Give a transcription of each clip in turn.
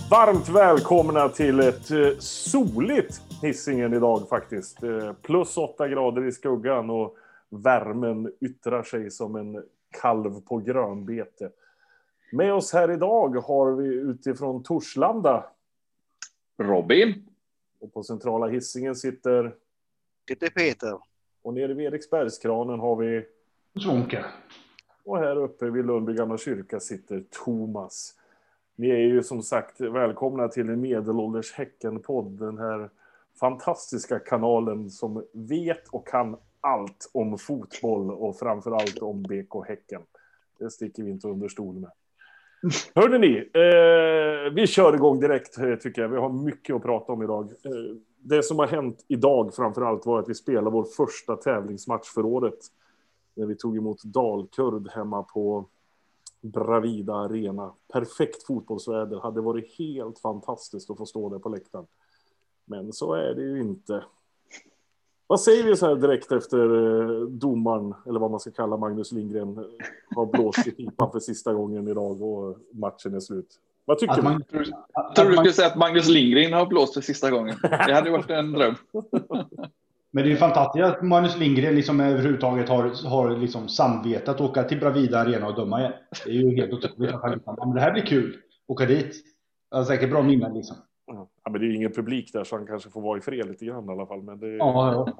Varmt välkomna till ett soligt Hisingen idag faktiskt. Plus 8 grader i skuggan och värmen yttrar sig som en kalv på grönbete. Med oss här idag har vi utifrån Torslanda Robin. Och på centrala Hisingen sitter Peter. Och nere vid Eriksbergskranen har vi Svånka. Och här uppe vid Lundby gamla kyrka sitter Thomas. Ni är ju som sagt välkomna till en medelålders Häcken-podd. Den här fantastiska kanalen som vet och kan allt om fotboll och framförallt om BK Häcken. Det sticker vi inte under stol med. Hörde ni, vi kör igång direkt tycker jag. Vi har mycket att prata om idag. Det som har hänt idag framförallt var att vi spelade vår första tävlingsmatch för året. När vi tog emot Dalkurd hemma på Bravida Arena. Perfekt fotbollsväder. Hade varit helt fantastiskt att få stå där på läktaren. Men så är det ju inte. Vad säger vi så här direkt efter domaren, eller vad man ska kalla Magnus Lindgren, har blåst i pipan för sista gången idag och matchen är slut? Vad tycker du? Tror du skulle säga att Magnus Lindgren har blåst för sista gången? Det hade varit en dröm. Men det är fantastiskt att Magnus Lindgren liksom överhuvudtaget har liksom samvete att åka till Bravida Arena och döma igen. Det är ju helt otroligt. Men det här blir kul. Åka dit. Det är säkert bra minnen liksom. Ja, men det är ju ingen publik där så han kanske får vara i fred lite grann i alla fall. Men det... Ja,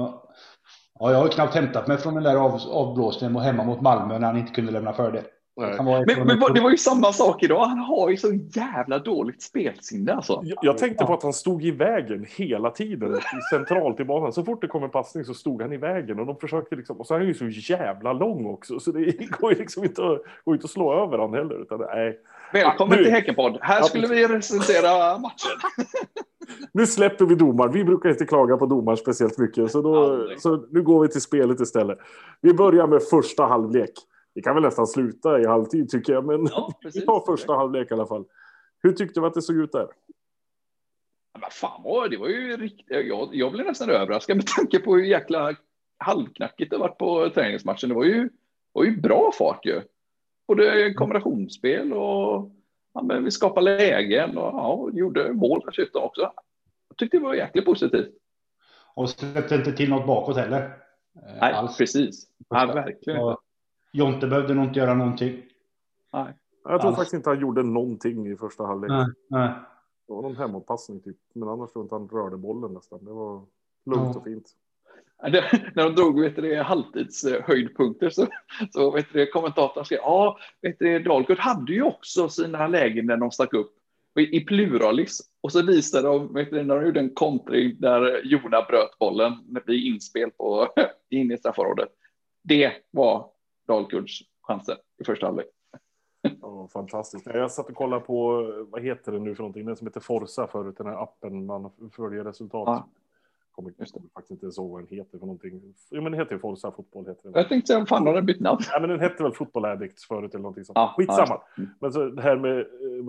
jag har knappt hämtat mig från den där avblåsningen och hemma mot Malmö när han inte kunde lämna för det. Men det var ju samma sak idag. Han har ju så jävla dåligt spelsinne alltså. Jag tänkte på att han stod i vägen hela tiden centralt i banan. Så fort det kom en passning så stod han i vägen och de försökte liksom, och så är han ju så jävla lång också så det går ju liksom inte att slå över han heller utan nej. Välkommen till Häckenpodd. Här skulle vi recensera matchen. Nu släpper vi domaren. Vi brukar inte klaga på domaren speciellt mycket så nu går vi till spelet istället. Vi börjar med första halvlek. Vi kan väl nästan sluta i halvtid tycker jag, men vi tar första halvlek i alla fall. Hur tyckte du att det såg ut där? Men fan, det var ju riktigt... Jag blev nästan överraskad med tanke på hur jäkla halvknackigt det var på träningsmatchen. Det var ju bra fart ju. Både kombinationsspel och men vi skapade lägen och gjorde mål dessutom också. Jag tyckte det var jäkligt positivt. Och släppte inte till något bakåt heller. Nej, alls. Precis. Ja, verkligen inte. Jonte behövde nog inte göra någonting. Nej. Jag tror faktiskt inte han gjorde någonting i första halvlek. Nej. Det var någon hemåtpassning typ. Men annars tror jag inte han rörde bollen nästan. Det var lugnt och fint. När de drog halvtidshöjdpunkter så kommentatorn skrev Dalkurd hade ju också sina lägen när de stack upp i pluralis och så visade de när de gjorde en kontring där Jona bröt bollen vid inspel in i straffområdet. Det var Dalkurds chanser i första halvlek. Ja, fantastiskt. Jag satt och kollade på, vad heter det nu för någonting? Den som heter Forza förut, den här appen man följer resultat. Ja. Kommer faktiskt inte så vad den heter för någonting. Jo, men den heter Forza Fotboll heter den. Jag tänkte säga, fan har den bytt namn? Ja, men den hette väl Football Addicts förut eller någonting sånt. Ja, skitsamma. Men så det här med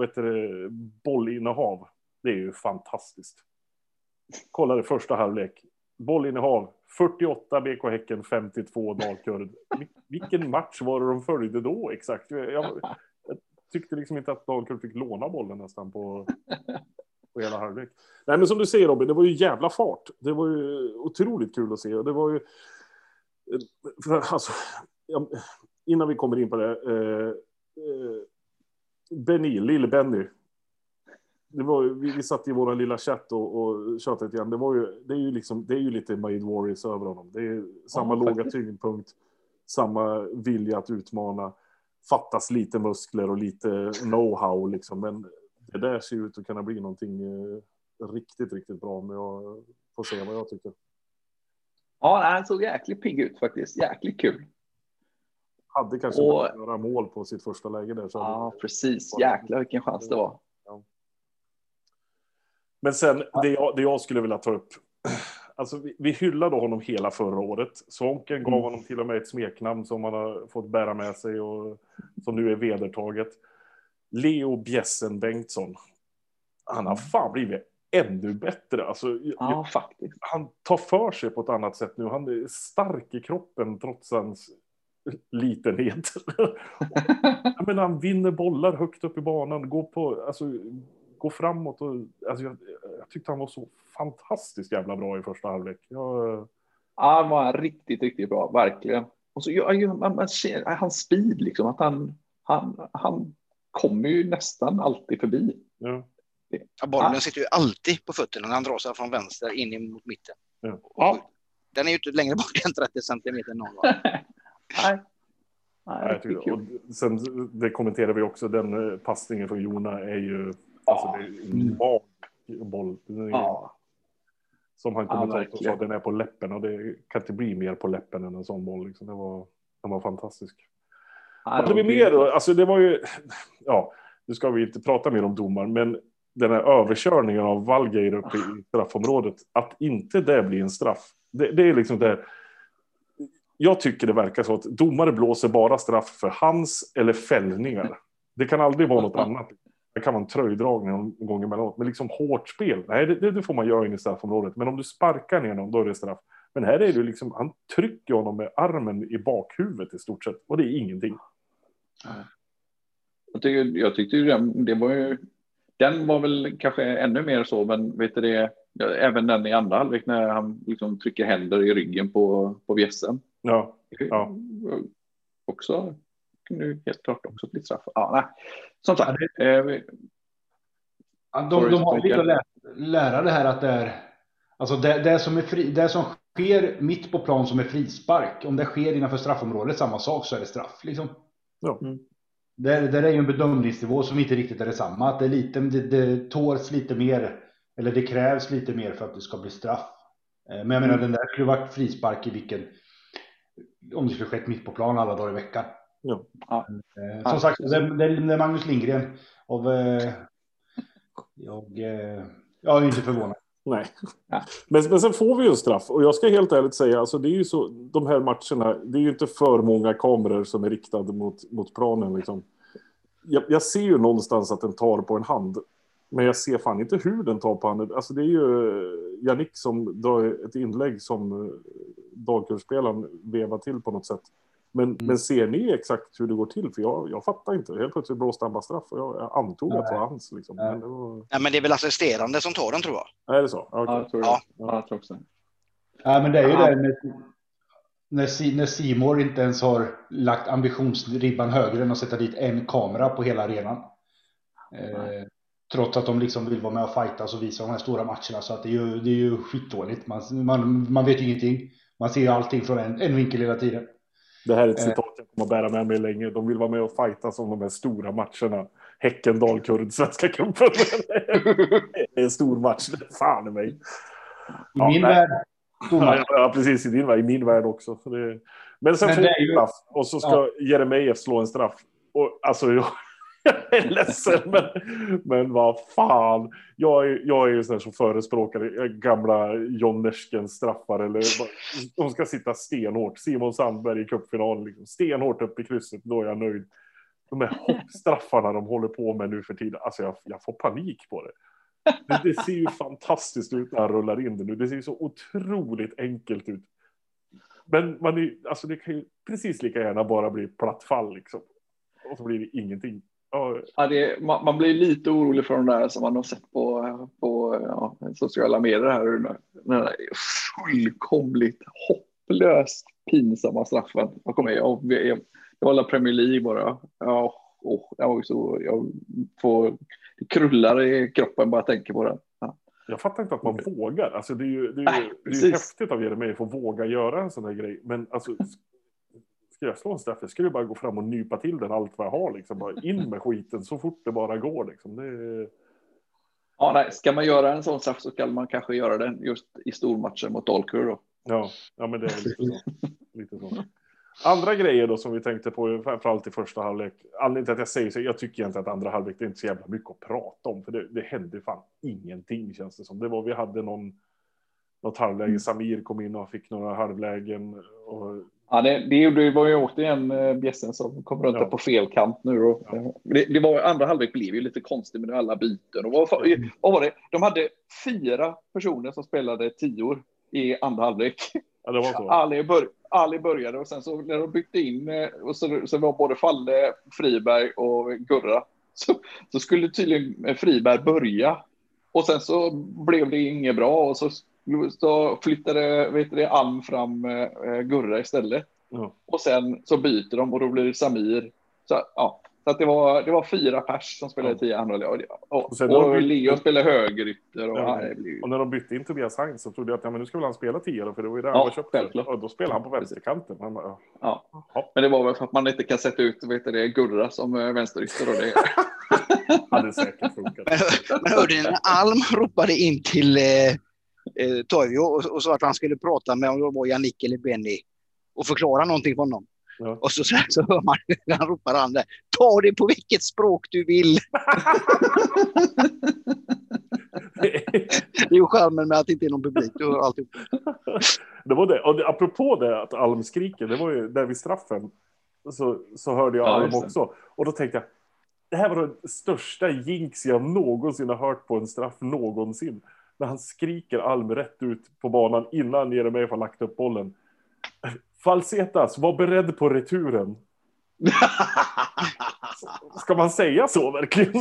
bollinnehav, det är ju fantastiskt. Kolla det första halvlek. Bollinnehav 48 BK Häcken, 52 Dalkurd. Vilken match var det de följde då exakt? Jag tyckte liksom inte att Dalkurd fick låna bollen nästan på hela halvlek. Nej, men som du säger Robin, det var ju jävla fart. Det var ju otroligt kul att se. Och det var ju... Alltså, innan vi kommer in på det. Lille Benny. Det var, vi satt i vår lilla chatt och tjatade lite grann. Det är ju lite Made Warriors över honom. Det är samma låga tyngdpunkt. Samma vilja att utmana. Fattas lite muskler och lite know-how liksom. Men det där ser ut att kunna bli någonting riktigt, riktigt bra. Men jag får se vad jag tycker. Ja, han såg jäkligt pigg ut faktiskt. Jäkligt kul. Hade kanske några mål på sitt första läge där. Så ja, precis. Jäklar vilken chans det var. Ja. Men sen, det jag skulle vilja ta upp. Alltså, vi hyllade honom hela förra året. Svånken gav honom till och med ett smeknamn som han har fått bära med sig och som nu är vedertaget. Leo Bjessen Bengtsson. Han har fan blivit ännu bättre. Alltså, faktiskt. Han tar för sig på ett annat sätt nu. Han är stark i kroppen trots hans gå framåt. Och, alltså jag tyckte han var så fantastiskt jävla bra i första halvlek. Ja, han var riktigt, riktigt bra, verkligen. Och så man ser hans speed, liksom, att han kommer ju nästan alltid förbi. Ja. Ja, bollen sitter ju alltid på fötterna när han drar sig från vänster in mot mitten. Ja. Den är ju inte längre bort än 30 centimeter någon gång. Nej, och sen det kommenterar vi också, den passningen från Jona är ju alltså det är en boll. Som han kommentator sa, den är på läppen och det kan inte bli mer på läppen än en sån boll liksom. Den var fantastisk. Vad det blir mer då? Alltså det var ju nu ska vi inte prata mer om domar, men den här överkörningen av Valgeir uppe i straffområdet, att inte det blir en straff. Det är liksom det. Jag tycker det verkar så att domare blåser bara straff för hands eller fällningar. Det kan aldrig vara något annat. Det kan vara en tröjdragning någon gång emellanåt. Men liksom hårt spel, nej det får man göra in i straffområdet. Men om du sparkar ner någon, då är det straff. Men här är det liksom, han trycker honom med armen i bakhuvudet i stort sett. Och det är ingenting. Jag tyckte ju det var ju, den var väl kanske ännu mer så, men vet du det, även den i andra halvlek när han liksom trycker händer i ryggen på Bjässen. Ja. Också nu helt klart också bli straff. Nej. Som sagt, de har lite att lära det här att det är alltså det som är det som sker mitt på plan som är frispark, om det sker innanför straffområdet samma sak, så är det straff liksom. Ja. Det är ju en bedömningsnivå som inte riktigt är detsamma, att det är lite, det tåls lite mer, eller det krävs lite mer för att det ska bli straff. Men jag menar, den där skulle varit frispark i vilken, om det skulle skett mitt på plan alla dagar i veckan. Ja. Som sagt, det är Magnus Lindgren av jag är inte förvånad. Nej. Men sen får vi ju en straff. Och jag ska helt ärligt säga, alltså det är ju så, de här matcherna, det är ju inte för många kameror som är riktade mot planen liksom. Jag ser ju någonstans att den tar på en hand. Men jag ser fan inte hur den tar på handen. Alltså det är ju Yannick som drar ett inlägg som Dalkurd-spelaren vevar till på något sätt. Men ser ni exakt hur det går till? För jag fattar inte. Helt plötsligt blåste han bara straff. Och jag antog att det var hans. Liksom. Men det var... Nej, men det är väl assisterande som tar den, tror jag. Är det så? Okay. Ja, jag tror det. Ja, jag tror också. Ja, men det är ju det när Simor inte ens har lagt ambitionsribban högre än att sätta dit en kamera på hela arenan. Trots att de liksom vill vara med och fighta och visa de här stora matcherna. Så att det är ju skitdåligt. Man vet ju ingenting. Man ser ju allting från en vinkel hela tiden. Det här är ett citat jag kommer att bära med mig länge. De vill vara med och fighta som de här stora matcherna. Häcken, Dalkurd, Svenska cupen. Det är en stor match. Fan i mig. I min värld. Ja, precis. I din värld. I min värld också. Men sen får vi straff. Och så ska Jeremejeff slå en straff. Och alltså jag är ledsen, men vad fan. Jag är ju sån här som förespråkare gamla Jonnersken straffar, eller de ska sitta stenhårt. Simon Sandberg i cupfinalen liksom, stenhårt upp i krysset, då är jag nöjd. De här hoppstraffarna de håller på med nu för tiden, alltså jag får panik på det. Det ser ju fantastiskt ut när han rullar in det nu. Det ser ju så otroligt enkelt ut. Men alltså det kan ju precis lika gärna bara bli platt fall liksom. Och så blir det ingenting. Ja, man blir lite orolig för de där som man har sett på sociala medier här. Den där fullkomligt hopplöst pinsamma straffen. Jag håller Premier League bara. Det krullar i kroppen bara tänker på det. Ja. Jag fattar inte att man vågar. Alltså det är ju häftigt av Jeremejeff att våga göra en sån här grej. Men alltså... Ska jag slå en straff? Jag skulle bara gå fram och nypa till den allt vad jag har. Liksom. Bara in med skiten så fort det bara går. Liksom. Ska man göra en sån straff så kan man kanske göra den just i stormatcher mot Dalkurd då. Ja, men det är lite så. Andra grejer då som vi tänkte på, framförallt i första halvlek. Anledningen till att jag säger så, jag tycker inte att andra halvlek det är inte så jävla mycket att prata om. För det hände fan ingenting, känns det som. Vi hade något halvläge. Samir kom in och fick några halvlägen. Och... Ja, det var ju återigen Bjässen som kom runt på fel kant nu. Det var, andra halvlek blev ju lite konstigt med alla byten. Och vad var det? De hade 4 personer som spelade 10 i andra halvlek. Ja, det var så. Ali började och sen så när de bytte in och så var både Falle, Friberg och Gurra. så skulle tydligen Friberg börja. Och sen så blev det inget bra. Och så flyttade Alm fram Gurra istället. Och sen så byter de och då blir det Samir. Så att det var 4 pers som spelade 10 andra. Och Leo spelade högerytter. Och när de bytte in Tobias Heinz så trodde jag att nu ska väl han spela 10 då, för det var ju där han var köpt. Och då spelade han på vänsterkanten. Men det var väl för att man inte kan sätta ut Gurra som vänsterytter. Och det hade säkert funkat. Men hörde ni när Alm ropade in till Toivio och sa att han skulle prata med om det var Jannik eller Benny och förklara någonting för honom. Ja. Och så hör man han ropar han där. Ta det på vilket språk du vill. Det är ju charmen med att det inte är någon publik. Det var det. Och apropå det att Alm skriker, det var ju där vid straffen. Så hörde jag Alm också. Och då tänkte jag, det här var den största jinx jag någonsin har hört på en straff någonsin. När han skriker Alm rätt ut på banan innan Jeremejeff har lagt upp bollen. Falsetas, var beredd på returen. Ska man säga så verkligen?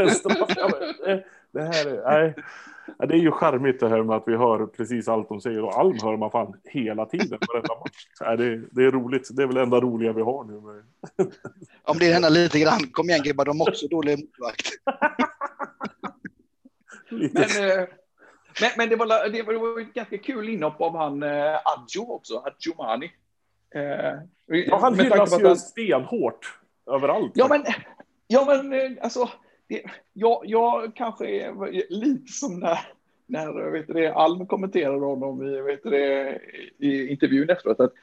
Det är ju charmigt det här med att vi hör precis allt de säger. Och Alm hör man fan hela tiden på detta match. Det är roligt. Det är väl enda roliga vi har nu. Om det händer lite grann, kom igen gubbar, de också dålig motvakt. Men det var ett ganska kul inhopp av han Adjo också, Adjomani. Han hyllas ju stenhårt överallt. Ja men alltså jag kanske är lite som när Alm kommenterade honom i intervjun efteråt att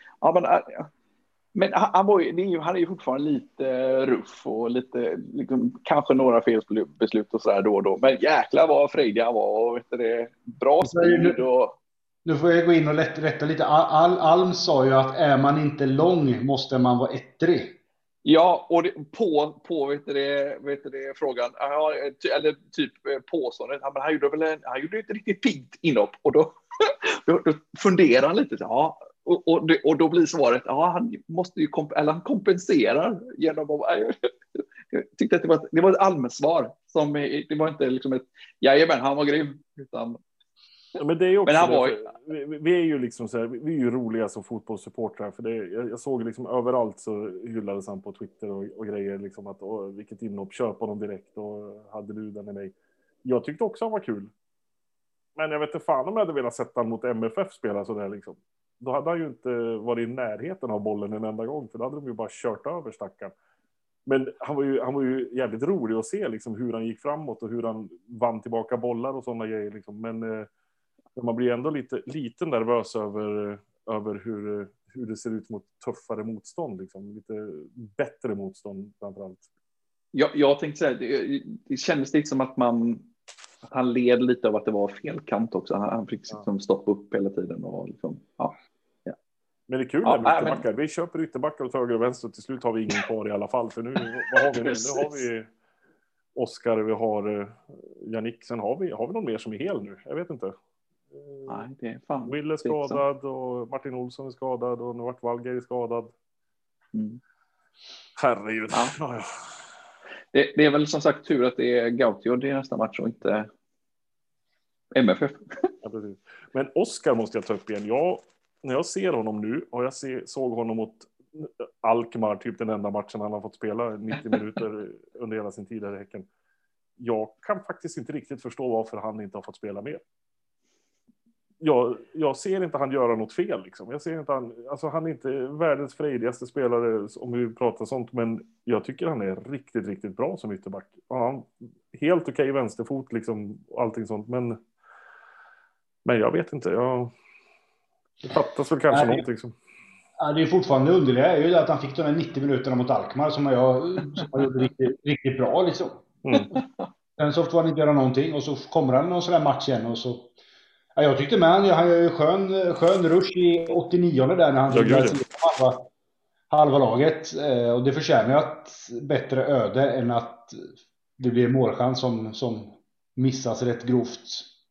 men han är ju fortfarande lite ruff och lite liksom, kanske några felbeslut och sådär då och då, men jäklar vad frejdig han var och bra speed och nu får jag gå in och rätta lite. Alm sa ju att är man inte lång måste man vara ettrig. Ja, och på frågan, eller typ påståendet, men han gjorde ett riktigt piggt inhopp och då funderar han lite så, och då blir svaret, han måste ju han kompenserar genom att jag tyckte att det var ett allmänsvar som det var inte liksom ett jajamän, han var grym utan. Ja, men det är ju också vi är ju liksom så här, vi är ju roliga som fotbollssupportrar för det, jag såg liksom överallt så hyllades han på Twitter och grejer liksom att vilket inhopp, köp honom direkt och hade du den i mig. Jag tyckte också han var kul. Men jag vet inte fan om jag hade velat sätta han mot MFF spela så där liksom. Då hade han ju inte varit i närheten av bollen en enda gång för då hade de ju bara kört över stackaren. Men han var ju jävligt rolig att se liksom hur han gick framåt och hur han vann tillbaka bollar och sådana grejer liksom. Men man blir ändå lite nervös över hur det ser ut mot tuffare motstånd liksom. Lite bättre motstånd framförallt. Jag tänkte säga det kändes lite som att han led lite av att det var fel kant också. Han fick liksom stoppa upp hela tiden och liksom, Men det är kul med ytterbackar. Vi köper ytterbackar åt höger och vänster och till slut har vi ingen kvar i alla fall. För nu, vad har vi nu? Nu har vi Oskar, vi har Jannik. Sen har vi någon mer som är hel nu? Jag vet inte. Nej, det är fan. Will är skadad och Martin Olsson är skadad och nu vart Valger är skadad. Herregud. Ja. Det är väl som sagt tur att det är Gautiod i nästa match och inte MFF. Ja, precis. Men Oskar måste jag ta upp igen. När jag ser honom nu och jag såg honom mot Alkmaar, typ den enda matchen han har fått spela 90 minuter under hela sin tid här i Häcken. Jag kan faktiskt inte riktigt förstå varför han inte har fått spela mer. Jag ser inte han göra något fel liksom. Jag ser inte han är inte världens frejdigaste spelare om vi pratar sånt, men jag tycker han är riktigt, riktigt bra som ytterback. Ja, helt okej vänsterfot liksom, allting sånt, men jag vet inte, det fattas väl kanske något liksom. Ja, det är fortfarande underliga är ju att han fick de här 90 minuterna mot Alkmaar som han gjorde riktigt, riktigt bra liksom. Sen så får han inte göra någonting och så kommer han någon sån här match igen och så. Ja, jag tyckte med han gör ju skön rush i 89 där när han gjorde halva laget och det förtjänar ju att bättre öde än att det blir målchans som missas rätt grovt.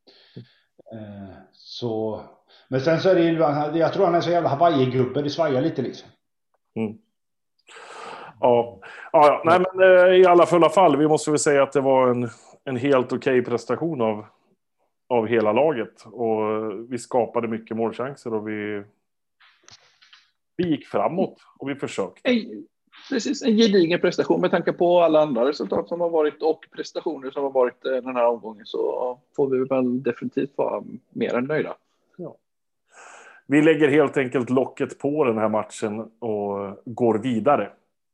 Så men sen så är det ju, jag tror han är så jävla Hawaii-gubbe, det svajar lite liksom. Ja. Nej, men i alla fulla fall, vi måste väl säga att det var en helt okej prestation av hela laget. Och vi skapade mycket målchanser och vi gick framåt och vi försökte. Precis, en gedigen prestation med tanke på alla andra resultat som har varit och prestationer som har varit den här omgången, så får vi väl definitivt vara mer än nöjda. Ja. Vi lägger helt enkelt locket på den här matchen och går vidare.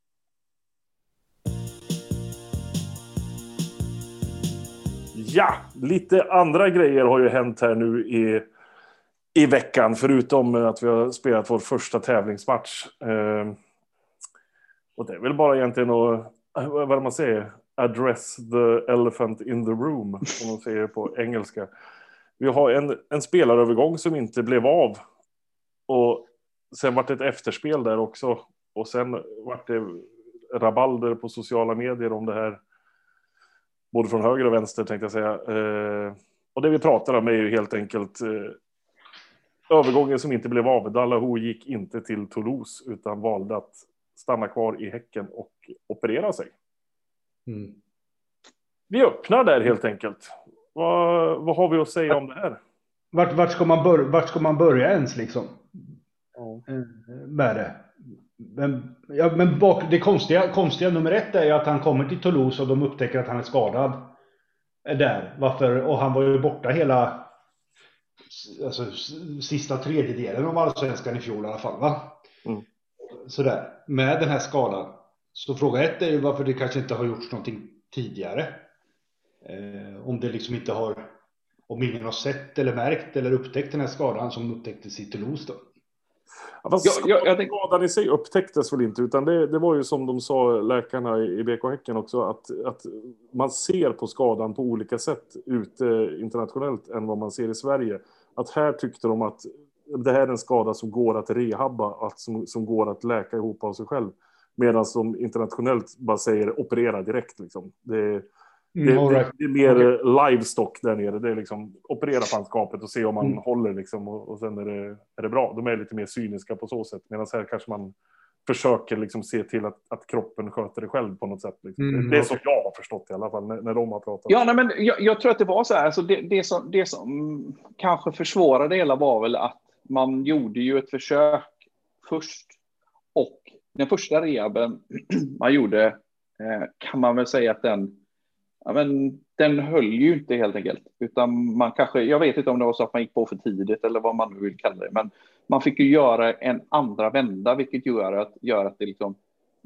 Ja, lite andra grejer har ju hänt här nu i veckan, förutom att vi har spelat vår första tävlingsmatch. Och det är väl bara egentligen att, vad man säger, address the elephant in the room, som man säger på engelska. Vi har en spelarövergång som inte blev av. Och sen var det ett efterspel där också. Och sen var det rabalder på sociala medier om det här. Både från höger och vänster, tänkte jag säga. Och det vi pratar om är ju helt enkelt övergången som inte blev av. Dalahou gick inte till Toulouse utan valde att stanna kvar i Häcken och operera sig. Mm. Vi öppnar där helt enkelt. Vad har vi att säga om det här? Vart ska man börja ens liksom? Med det. Men det konstiga nummer ett är ju att han kommer till Toulouse och de upptäcker att han är skadad där. Varför? Och han var ju borta hela sista tredjedelen av allsvenskan i fjol i alla fall, va? Mm. Sådär, med den här skadan. Så fråga ett är ju varför det kanske inte har gjorts någonting tidigare. Om det liksom inte har, om ingen har sett eller märkt eller upptäckt den här skadan som upptäcktes i Toulouse då. Ja, fast skadan i sig upptäcktes väl inte, utan det var ju som de sa, läkarna i BK Häcken också, att man ser på skadan på olika sätt ute internationellt än vad man ser i Sverige. Att här tyckte de att det här är en skada som går att rehabba, som går att läka ihop av sig själv. Medan de internationellt bara säger operera direkt. Liksom. Det är mer livestock där nere. Det är liksom operera fanskapet och se om man håller liksom, och sen är det bra. De är lite mer cyniska på så sätt. Medan här kanske man försöker liksom se till att kroppen sköter det själv på något sätt. Liksom. Det är som jag har förstått i alla fall när de har pratat. Ja, nej, men jag tror att det var så här. Alltså det som kanske försvårade det hela var väl att man gjorde ju ett försök först. Och den första rehaben man gjorde kan man väl säga att den höll ju inte helt enkelt. Utan man kanske, jag vet inte om det var så att man gick på för tidigt eller vad man nu vill kalla det. Men man fick ju göra en andra vända, vilket gör att det liksom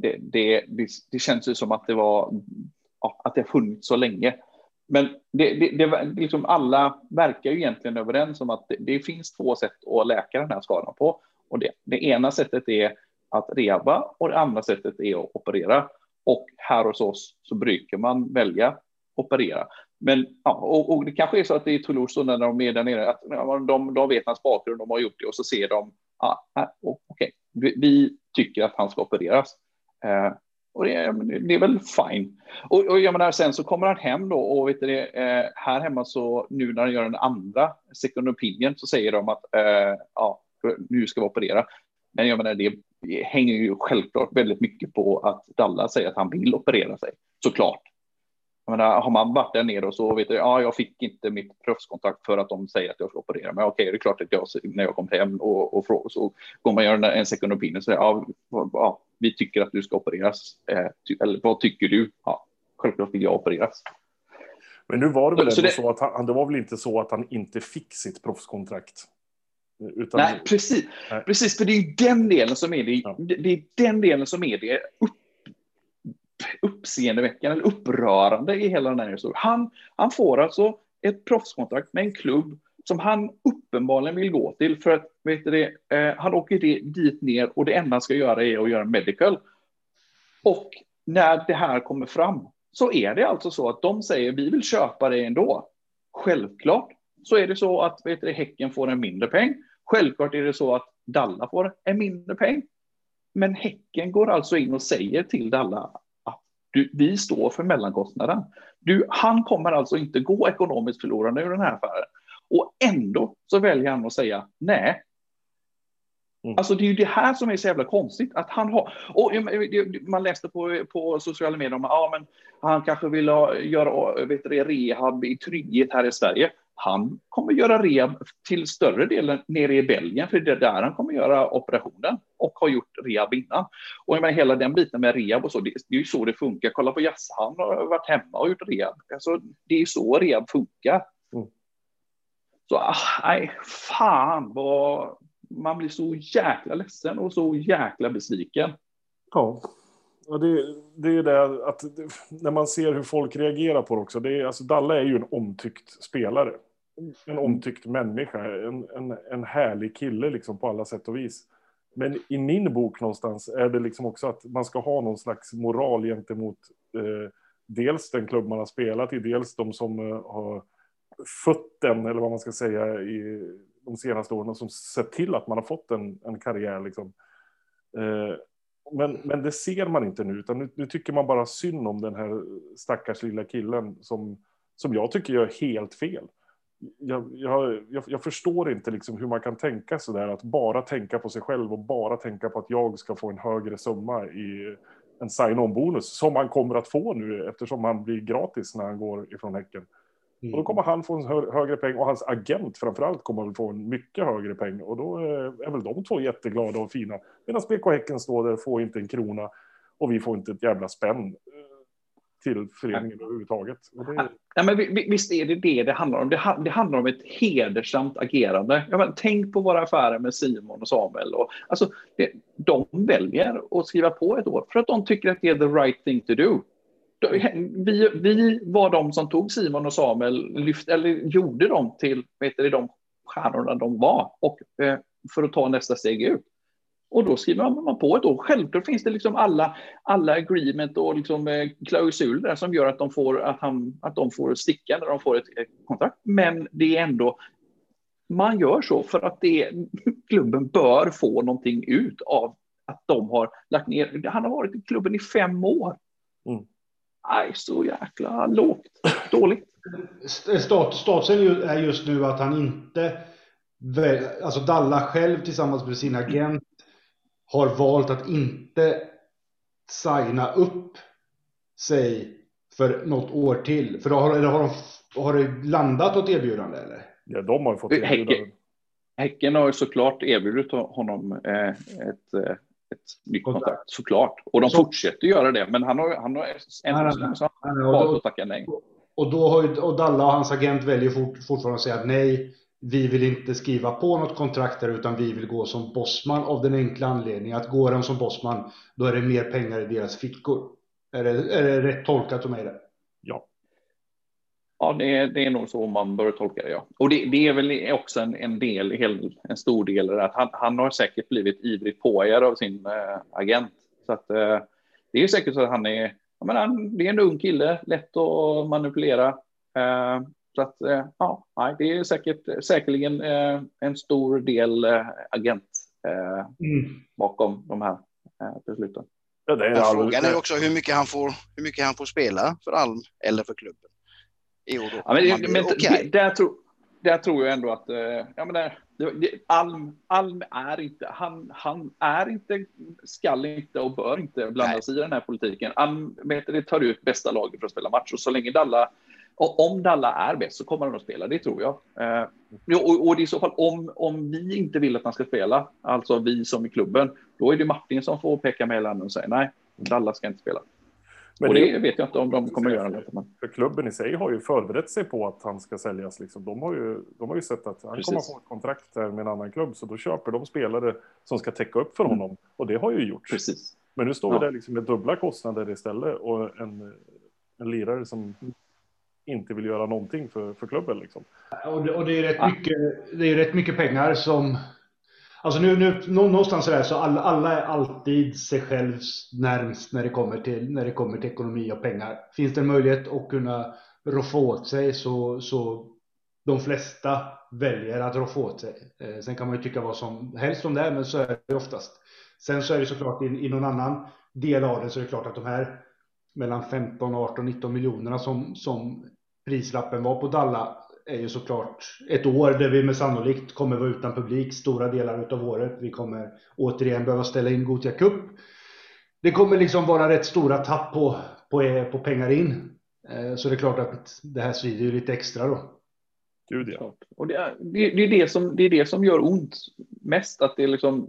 det känns ju som att det var att det har funnits så länge. Men det liksom alla verkar ju egentligen överens om att det finns två sätt att läka den här skadan på. Och det ena sättet är att rehaba och det andra sättet är att operera. Och här hos oss så brukar man välja operera. Men och det kanske är så att det är Toulouse när de är där nere att de vet hans bakgrund, de har gjort det och så ser de okej, vi tycker att han ska opereras. Och det är väl fine. Och jag menar, sen så kommer han hem då och vet du, här hemma så nu när han gör en andra second opinion så säger de att nu ska vi operera. Men jag menar, det hänger ju självklart väldigt mycket på att Dallas säger att han vill operera sig, såklart. Jag menar, har man varit där nere och så vet du, jag fick inte mitt proffskontrakt för att de säger att jag ska operera. Men okej, det är klart att när jag kom hem och frågar så går man göra en second opinion och säger vi tycker att du ska opereras. Eller vad tycker du? Ja, självklart vill jag opereras. Men nu var det väl så att det var väl inte så att han inte fick sitt proffskontrakt? Nej, precis, för det är den delen som är det är den delen som är det uppseendeväckande eller upprörande i hela den här historien. Han får alltså ett proffskontrakt med en klubb som han uppenbarligen vill gå till för att han åker dit ner och det enda han ska göra är att göra medical. Och när det här kommer fram så är det alltså så att de säger vi vill köpa det ändå. Självklart så är det så att Häcken får en mindre peng. Självklart är det så att Dalla får en mindre peng. Men Häcken går alltså in och säger till Dalla att vi står för mellankostnaden. Han kommer alltså inte gå ekonomiskt förlorande ur den här affären. Och ändå så väljer han att säga nej. Alltså det är ju det här som är så jävla konstigt. Att han har, och man läste på sociala medier om men han kanske vill göra rehab i trygghet här i Sverige. Han kommer göra rehab till större delen nere i Belgien, för det är där han kommer göra operationen och har gjort rehab innan. Och jag menar, hela den biten med rehab och så, det är ju så det funkar. Kolla på Jasse, han har varit hemma och gjort rehab. Alltså, det är ju så rehab funkar. Så nej, fan vad... Man blir så jäkla ledsen och så jäkla besviken. Ja, och det är det att när man ser hur folk reagerar på det också. Alltså Dalla är ju en omtyckt spelare. En omtyckt människa. En härlig kille liksom på alla sätt och vis. Men i min bok någonstans är det liksom också att man ska ha någon slags moral gentemot dels den klubb man har spelat i, dels de som har fött den, eller vad man ska säga, i de senaste åren, som sett till att man har fått en karriär liksom. Men det ser man inte nu, utan nu tycker man bara synd om den här stackars lilla killen som jag tycker gör helt fel. Jag förstår inte liksom hur man kan tänka så där, att bara tänka på sig själv och bara tänka på att jag ska få en högre summa i en sign-on-bonus som han kommer att få nu, eftersom han blir gratis när han går ifrån Häcken. Och då kommer han få en högre peng, och hans agent framförallt kommer att få en mycket högre peng, och då är väl de två jätteglada och fina. Medan BK Häcken står där, får inte en krona, och vi får inte ett jävla spänn till föreningen överhuvudtaget. Ja, men visst är det handlar om. Det handlar om ett hedersamt agerande. Tänk på våra affärer med Simon och Samuel. Alltså, de väljer att skriva på ett år för att de tycker att det är the right thing to do. Vi var de som tog Simon och Samuel, gjorde dem till de stjärnorna de var, och för att ta nästa steg ut. Och då skriver man på ett år. Självklart finns det liksom alla agreement och liksom klausuler som gör att de får sticka när de får ett kontrakt. Men det är ändå, man gör så för att klubben bör få någonting ut av att de har lagt ner. Han har varit i klubben i 5 år. Nej, så jäkla lågt. Dåligt. Statusen är just nu att han inte, alltså Dalla själv tillsammans med sin agent har valt att inte signa upp sig för något år till. För då har det landat åt erbjudande, eller? Ja, de har fått erbjudande. Häcken har ju såklart erbjudit honom ett nytt kontrakt, såklart. Och de fortsätter göra det, men han har valt att tacka nej. Och då har Dalla och hans agent väljer fortfarande att säga att nej, vi vill inte skriva på något kontrakt där, utan vi vill gå som bossman, av den enkla anledningen att går de som bossman, då är det mer pengar i deras fickor. Är det rätt tolkat av mig det? Ja. Ja, det är nog så man bör tolka det, ja. Och det är väl också en stor del att han har säkert blivit ivrigt påjad av sin agent. Så att det är säkert så att han är, det är en ung kille, lätt att manipulera. Så att det är säkerligen en stor del agent bakom de här besluten. Ja, frågan är också hur mycket han får spela för Alm eller för klubben. Där tror jag ändå att Alm är inte, han är inte, skall inte och bör inte blanda sig i den här politiken. Alm tar ut bästa laget för att spela match, och så länge om Dalla är bäst så kommer han att spela, det tror jag. Och det är i så fall om vi inte vill att han ska spela, alltså vi som i klubben, då är det Martin som får peka med hela handen och säga nej, Dalla ska inte spela. Men och det vet jag inte om de kommer att göra det. För klubben i sig har ju förberett sig på att han ska säljas. Liksom. De har ju sett att han kommer att få ett kontrakt där med en annan klubb. Så då köper de spelare som ska täcka upp för honom. Och det har ju gjorts. Precis. Men nu står vi där liksom med dubbla kostnader istället. Och en lirare som inte vill göra någonting för klubben. Liksom. Och det är rätt mycket pengar som... Alltså nu någonstans är det så alla är alltid sig själv närmst när det kommer till ekonomi och pengar. Finns det en möjlighet att kunna roffa åt sig, så de flesta väljer att roffa åt sig. Sen kan man ju tycka vad som helst om det, men så är det oftast. Sen så är det såklart i någon annan del av det, så är det klart att de här mellan 15, 18, 19 miljonerna som prislappen var på Dalla är ju såklart ett år där vi med sannolikt kommer vara utan publik stora delar utav året. Vi kommer återigen behöva ställa in Gothia Cup. Det kommer liksom vara rätt stora tapp på pengar in. Så det är klart att det här svider ju lite extra då. Gud, ja. Och det är det som gör ont mest. Att det, liksom,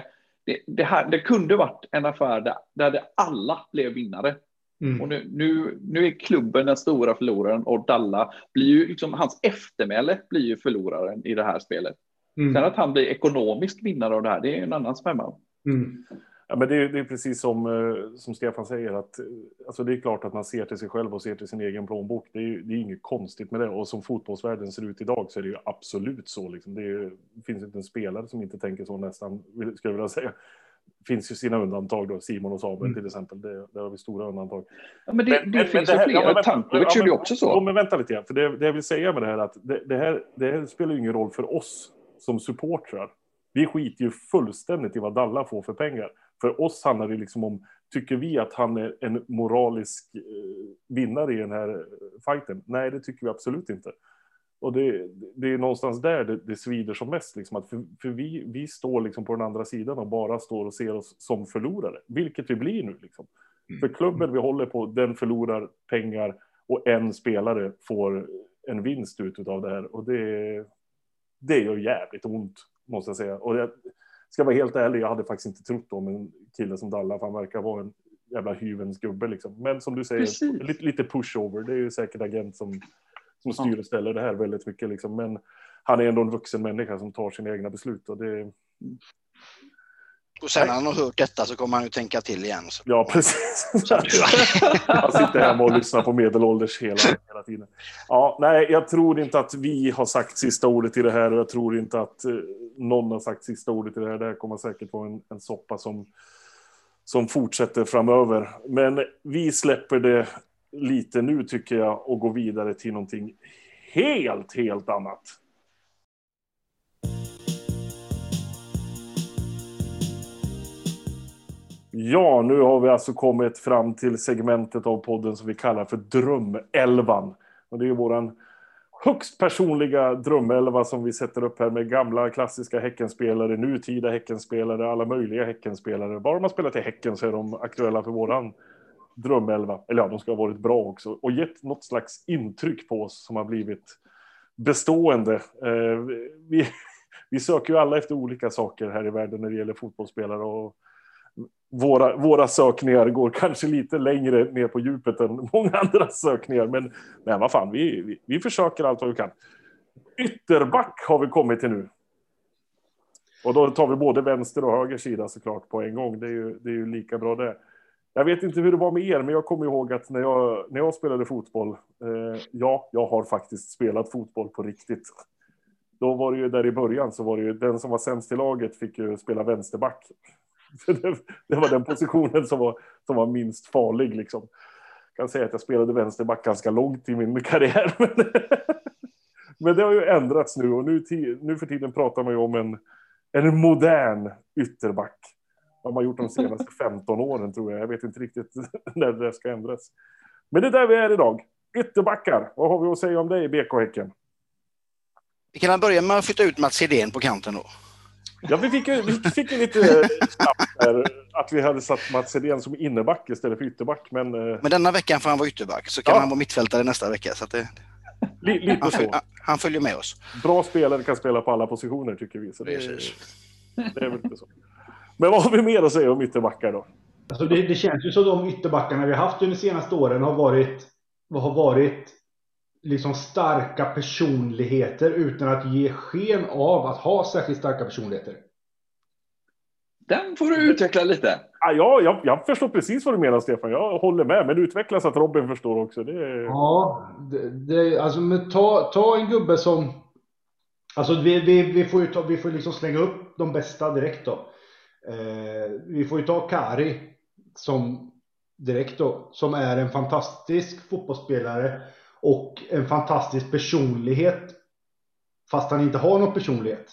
det kunde varit en affär där alla blev vinnare. Och nu är klubben den stora förloraren, och Dalla blir ju liksom, hans eftermäle blir ju förloraren i det här spelet. Sen att han blir ekonomisk vinnare av det här, det är en annan femma. Ja, men det är precis som Stefan säger, att alltså det är klart att man ser till sig själv och ser till sin egen plånbok. Det är inget konstigt med det, och som fotbollsvärlden ser ut idag så är det ju absolut så. Liksom. Det finns inte en spelare som inte tänker så, nästan, skulle jag vilja säga. Det finns ju sina undantag då, Simon och Sabel till exempel, där har vi stora undantag. Ja, men det finns ju flera, Tankovic är ju också så. Men vänta lite, för det jag vill säga med det här, att det här spelar ju ingen roll för oss som supportrar. Vi skiter ju fullständigt i vad Dalla får för pengar. För oss handlar det liksom om, tycker vi att han är en moralisk vinnare i den här fighten? Nej, det tycker vi absolut inte. Och det är någonstans där det svider som mest. Liksom, att för vi står liksom på den andra sidan och bara står och ser oss som förlorare. Vilket vi blir nu. Liksom. För klubben vi håller på, den förlorar pengar och en spelare får en vinst ut av det här. Och det gör jävligt ont, måste jag säga. Och jag ska vara helt ärlig, jag hade faktiskt inte trott om en kille som Dalla, för han verkar vara en jävla hyvens gubbe. Liksom. Men som du säger, lite pushover. Det är ju säkert agent som styr och ställer det här väldigt mycket. Liksom. Men han är ändå en vuxen människa som tar sina egna beslut. Och sen när han har hört detta så kommer han ju tänka till igen. Så. Ja, precis. Han sitter hemma och lyssnar på medelålders hela tiden. Ja, nej, jag tror inte att vi har sagt sista ordet i det här. Och jag tror inte att någon har sagt sista ordet i det här. Det här kommer säkert vara en soppa som fortsätter framöver. Men vi släpper det lite nu, tycker jag, och går vidare till någonting helt annat. Ja, nu har vi alltså kommit fram till segmentet av podden som vi kallar för Drömelvan. Och det är våran högst personliga drömelva som vi sätter upp här med gamla klassiska Häckenspelare, nutida Häckenspelare, alla möjliga Häckenspelare. Bara man spelar till Häcken så är de aktuella för våran drömelva. Eller ja, de ska ha varit bra också. Och gett något slags intryck på oss som har blivit bestående. Vi söker ju alla efter olika saker här i världen när det gäller fotbollsspelare, och våra sökningar går kanske lite längre ner på djupet än många andra sökningar, men vad fan, vi försöker allt vad vi kan. Ytterback har vi kommit till nu. Och då tar vi både vänster och höger sida såklart på en gång. Det är ju lika bra det. Jag vet inte hur det var med er, men jag kommer ihåg att när jag spelade fotboll, jag har faktiskt spelat fotboll på riktigt. Då var det ju där i början, så var det ju den som var sämst i laget fick ju spela vänsterback. Det var den positionen som var minst farlig. Liksom. Jag kan säga att jag spelade vänsterback ganska långt i min karriär. Men det har ju ändrats nu. Och nu för tiden pratar man ju om en modern ytterback. Vad man har gjort de senaste 15 åren, tror jag. Jag vet inte riktigt när det ska ändras. Men det är där vi är idag. Ytterbackar. Vad har vi att säga om det i BK Häcken? Vi kan börja med att flytta ut Mats Hedén på kanten då. Ja, vi fick ju lite snabbt där att vi hade satt Mats Hedén som innerback istället för ytterback. Men denna veckan får han vara ytterback, så kan han vara mittfältare nästa vecka. Så att han följer med oss. Bra spelare kan spela på alla positioner, tycker vi. Så det är väl inte så. Men vad har vi mer att säga om ytterbackar då? Alltså det känns ju som de ytterbackarna vi har haft under de senaste åren har varit liksom starka personligheter utan att ge sken av att ha särskilt starka personligheter. Den får du utveckla lite. Ja, jag förstår precis vad du menar, Stefan. Jag håller med, men utveckla så att Robin förstår också. Ja, alltså men ta en gubbe som... Alltså vi får liksom slänga upp de bästa direkt då. Vi får ju ta Kari som direkt då, som är en fantastisk fotbollsspelare och en fantastisk personlighet, fast han inte har någon personlighet.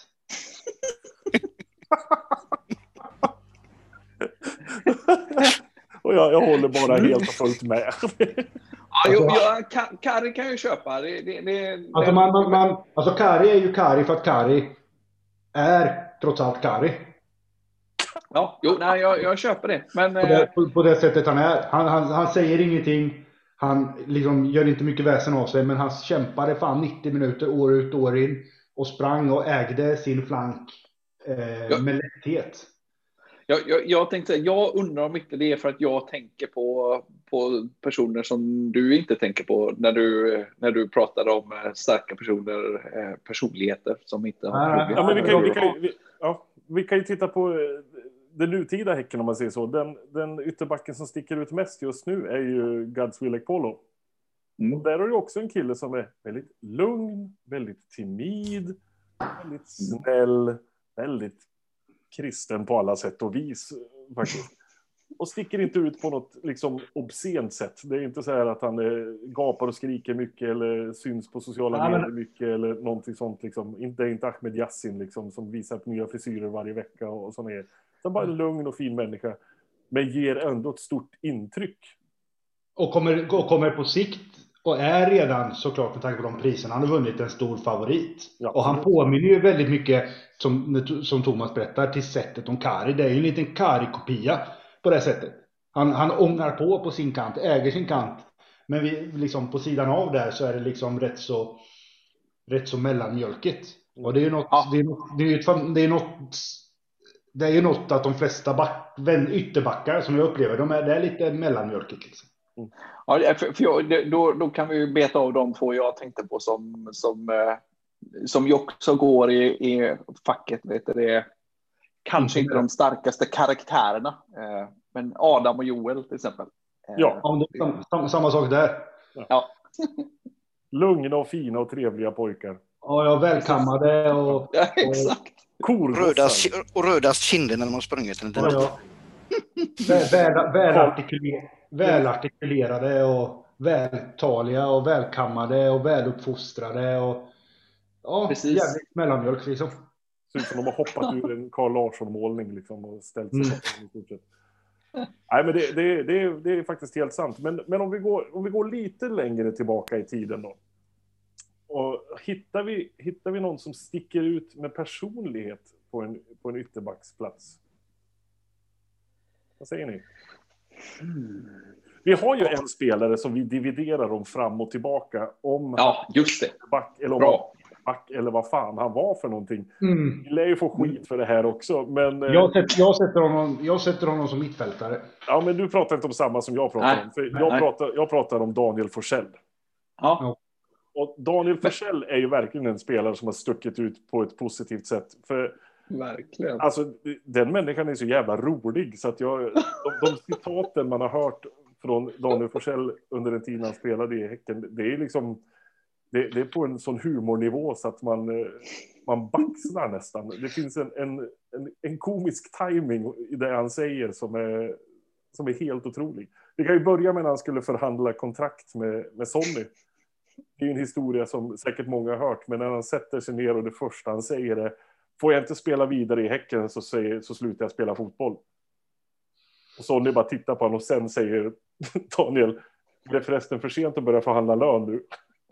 Och jag håller bara helt och fullt med. Kari kan ju köpa. Alltså Kari är ju Kari för att Kari är trots allt Kari. Ja, jag köper det. Men, på det sättet han är. Han säger ingenting. Han liksom gör inte mycket väsen av sig. Men han kämpade fan 90 minuter år ut år in. Och sprang och ägde sin flank med lätthet. Jag tänkte, jag undrar om inte det är för att jag tänker på personer som du inte tänker på när du pratar om starka personligheter som inte har problem. Vi kan ju titta på den nutida Häcken om man säger så. Den ytterbacken som sticker ut mest just nu är ju Godswill Ekpolo. Och där har du också en kille som är väldigt lugn, väldigt timid, väldigt snäll, väldigt kristen på alla sätt och vis faktiskt. Och sticker inte ut på något liksom obscent sätt. Det är inte så här att han gapar och skriker mycket eller syns på sociala medier mycket eller någonting sånt liksom. Inte Ahmed Yassin liksom som visar på nya frisyrer varje vecka och sånt är. Så bara en lugn och fin människa men ger ändå ett stort intryck. Och kommer på sikt och är redan såklart med tanke på de priserna han har vunnit en stor favorit. Ja, och han påminner ju väldigt mycket som Thomas berättar till sättet om Kari. Det är ju en liten Kari-kopia på det sättet. Han ångar på sin kant, äger sin kant. Men vi, liksom, på sidan av där så är det liksom rätt så mellanmjölkigt. Och det är ju något, det är ju något att de flesta ytterbackar som jag upplever, det är lite mellanmjölkigt liksom. Ja, då kan vi ju beta av de två jag tänkte på som ju också går i facket, vet du, det är kanske inte de starkaste karaktärerna, men Adam och Joel till exempel. Ja, samma sak där. Ja. Lugna och fina och trevliga pojkar. Ja, välkammade och ja, exakt. Rödast kinder när de har sprungit. Välartikulerade och vältaliga och välkammade och väluppfostrade och jävligt mellanmjölk liksom. Ser ut som de har hoppat ur en Carl Larsson-målning liksom och ställt sig i stort sett. Nej, men det är faktiskt helt sant. Men om vi går lite längre tillbaka i tiden då. Och hittar vi någon som sticker ut med personlighet på en ytterbacksplats? Vad säger ni? Vi har ju en spelare som vi dividerar om fram och tillbaka om just det. Back eller back eller vad fan han var för någonting. Vi lär ju få skit för det här också, men jag sätter honom som mittfältare. Ja, men du pratar inte om samma som jag pratar om. För jag pratar om Daniel Forsell. Ja. Och Daniel Forsell är ju verkligen en spelare som har stuckit ut på ett positivt sätt. För verkligen. Alltså, den människan är så jävla rolig så att de citaten man har hört från Daniel Forsell under den tiden han spelade i Häcken, det är liksom det är på en sån humornivå så att man baxnar nästan. Det finns en komisk timing i det han säger som är helt otrolig. Det kan ju börja med när han skulle förhandla kontrakt med Sonny. Det är en historia som säkert många har hört, men när han sätter sig ner och det första han säger är: får jag inte spela vidare i Häcken så slutar jag spela fotboll. Och Sonny bara tittar på honom och sen säger Daniel: det är förresten för sent att börja förhandla lön nu.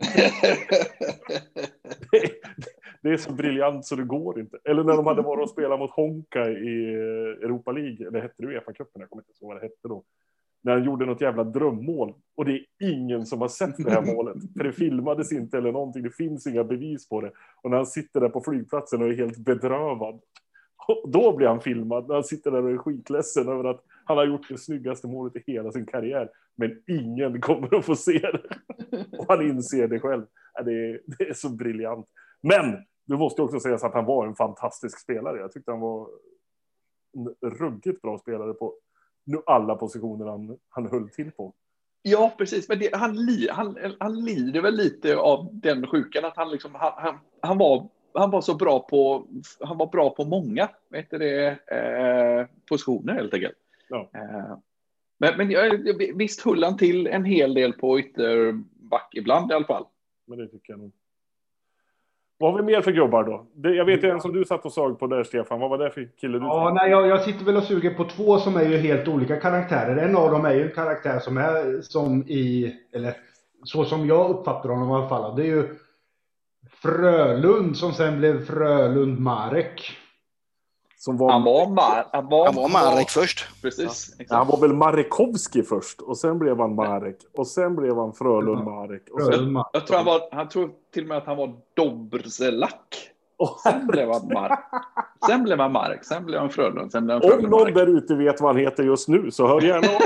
Det är så briljant så det går inte. Eller när de hade varit och spelat mot Honka i Europa League, eller hette det UEFA-cupen, jag kommer inte ihåg vad det hette då. När han gjorde något jävla drömmål. Och det är ingen som har sett det här målet. För det filmades inte eller någonting. Det finns inga bevis på det. Och när han sitter där på flygplatsen och är helt bedrövad. Då blir han filmad. När han sitter där och är skitledsen över att han har gjort det snyggaste målet i hela sin karriär. Men ingen kommer att få se det. Och han inser det själv. Det är så briljant. Men du måste också säga att han var en fantastisk spelare. Jag tyckte han var en ruggigt bra spelare på alla positioner han höll till på. Ja, precis. Men han lider väl lite av den sjukan att han var så bra på, han var bra på många positioner helt enkelt. Ja. Men visst höll han till en hel del på ytterback ibland i alla fall. Men det tycker jag nog. Vad har vi mer för gubbar då? Jag vet ju en som du satt och såg på där, Stefan. Vad var det för kille du? Ja, nej, jag sitter väl och suger på två som är ju helt olika karaktärer. En av dem är ju en karaktär som är så som jag uppfattar honom i alla fall, det är ju Frölund som sen blev Frölund Marek. Som var, Han var Marek först. Precis. Ja, han var väl Marekovski först. Och sen blev han Marek. Och sen blev han Frölund Marek. Och sen... Jag tror han tror till och med att han var Dobrzelak. Sen blev han Marek. Sen blev han Marek. Sen blev han Frölund. Sen blev han Frölund. Om någon där ute vet vad han heter just nu så hör gärna om.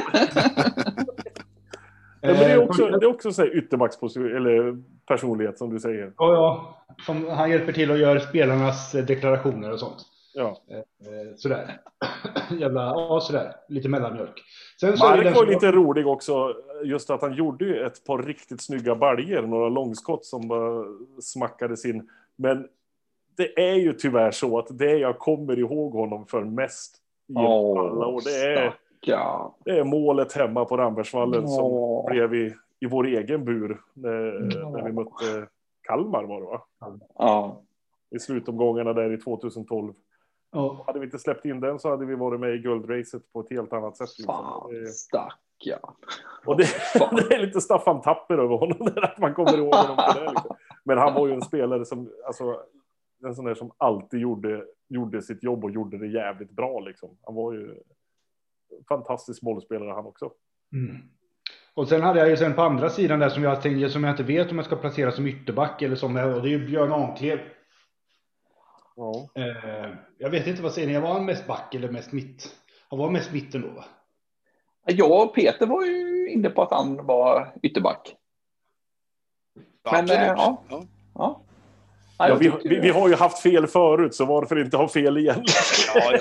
Men det är också så här ytterbacksposition eller personlighet som du säger. Ja. Som han hjälper till att göra spelarnas deklarationer och sånt. Ja. Sådär. Sådär. Lite mellanmjölk. Marek var lite rolig också. Just att han gjorde ju ett par riktigt snygga baljer. Några långskott som bara smackades in. Men det är ju tyvärr så att det jag kommer ihåg honom för mest i alla år. Det är målet hemma på Rambergsvallen som blev i vår egen bur när vi mötte Kalmar var det, va? Ja. I slutomgångarna där i 2012. Ja. Hade vi inte släppt in den så hade vi varit med i guldracet på ett helt annat sätt. Fan, stackarn. Och det är lite Staffan Tapper över honom att man kommer ihåg honom på det. Liksom. Men han var ju en spelare som, alltså, en sån där som alltid gjorde sitt jobb och gjorde det jävligt bra. Liksom. Han var ju en fantastisk bollspelare han också. Mm. Och sen hade jag ju sen på andra sidan där som jag inte vet om jag ska placera som ytterback eller som, och det är ju Björn Anklev. Ja. Jag vet inte vad säger ni, jag var han mest back eller mest mitt? Han var mest mitten då, va? Jag och Peter var ju inne på att han var ytterback. Men ja. Vi har ju haft fel förut, så varför inte ha fel igen? Ja.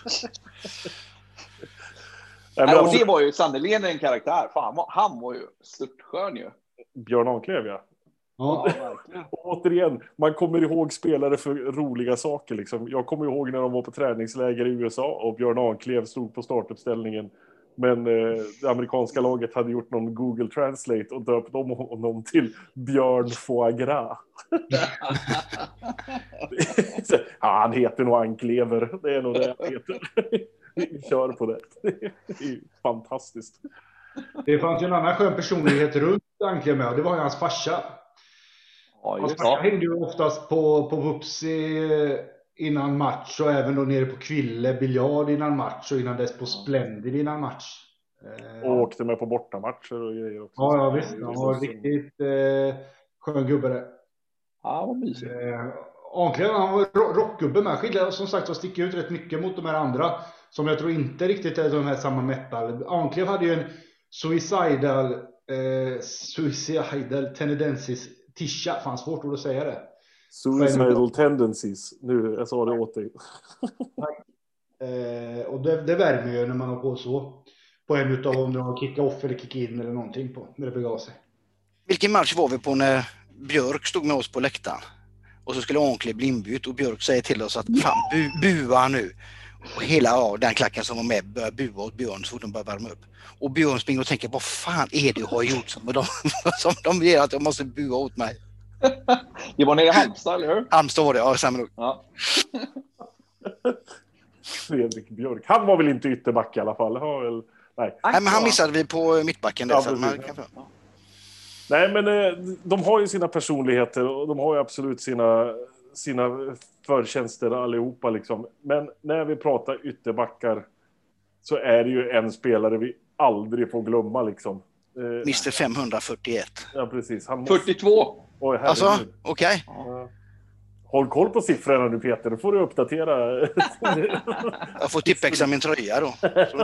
Och det var ju sannerligen en karaktär. Fan, han var ju störtskön ju. Björn Anklev, ja. Ja. Och återigen, man kommer ihåg spelare för roliga saker. Liksom. Jag kommer ihåg när de var på träningsläger i USA och Björn Anklev stod på startuppställningen. Men det amerikanska laget hade gjort någon Google Translate och döpt honom till Björn Foie Gras. Han heter nog Anklever. Det är nog det han heter. Vi kör på det. Det är fantastiskt. Det fanns ju en annan skön personlighet runt Anklev med, och det var ju hans farsa. Hans farsa hängde ju oftast på Vupsi innan match och även då nere på Kville biljard innan match och innan dess på Splendid innan match. Och åkte med på bortamatcher och grejer också. Ja, visst. Han var riktigt skön gubbe där. Ja, vad mysigt. Anklev, han var rockgubbe med. Skiljer som sagt att sticka ut rätt mycket mot de här andra som jag tror inte riktigt är de här samma metal. Anklev hade ju en suicidal tendencies tisha. Fan, svårt ord att säga det. Suicidal tendencies. Nu, jag sa det åt dig. Och det värmer ju när man har på så. På en utav om du har kicka off eller kicka in eller någonting på när det begav sig. Vilken match var vi på när Björk stod med oss på läktaren? Och så skulle Anklev bli inbytt och Björk säger till oss att fan, bua nu. Och hela den klacken som var med börjar bua åt Björn så fort de börjar värma upp. Och Björn springer och tänker, vad fan är det jag har gjort som de ger att jag måste bua åt mig? Det var nere i Halmstad, eller hur? Halmstad var det, ja, samma nog. Ja. Fredrik Björk. Han var väl inte ytterback i alla fall? Nej, men han missade vi på mittbacken. Där, Nej, men de har ju sina personligheter och de har ju absolut sina förtjänster allihopa liksom. Men när vi pratar ytterbackar så är det ju en spelare vi aldrig får glömma liksom. Mr 541. Ja, precis. 42. Oj, alltså, okej. Ja. Håll koll på siffrorna nu, Peter. Då får du uppdatera. Jag får tippexa min tröja då.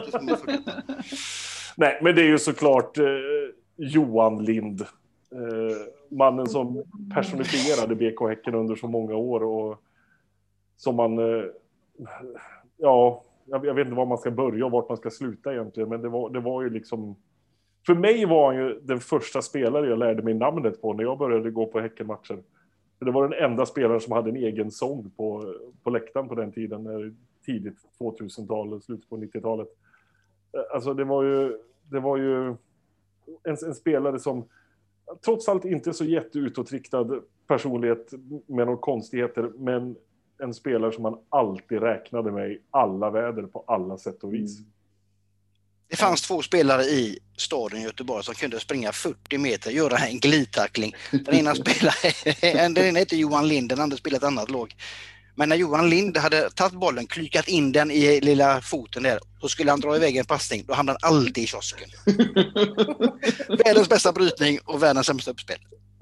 Nej, men det är ju såklart Johan Lind. Mannen som personifierade BK Häcken under så många år och som man jag vet inte var man ska börja och vart man ska sluta egentligen, men det var ju liksom, för mig var han ju den första spelare jag lärde mig namnet på när jag började gå på Häckenmatcher. För det var den enda spelaren som hade en egen sång på läktaren på den tiden, tidigt 2000-tal, slutet på 90-talet. Alltså det var ju en spelare som trots allt inte så jätteutåtriktad personlighet med några konstigheter, men en spelare som man alltid räknade med i alla väder på alla sätt och vis. Det fanns 2 spelare i staden Göteborg som kunde springa 40 meter, göra en glidtackling. Den ena hette Johan Lind, den andra spelade ett annat lag. Men när Johan Lind hade tagit bollen, klykat in den i lilla foten där, så skulle han dra iväg en passning, då hamnade han alltid i kiosken. Världens bästa brytning och världens sämsta uppspel.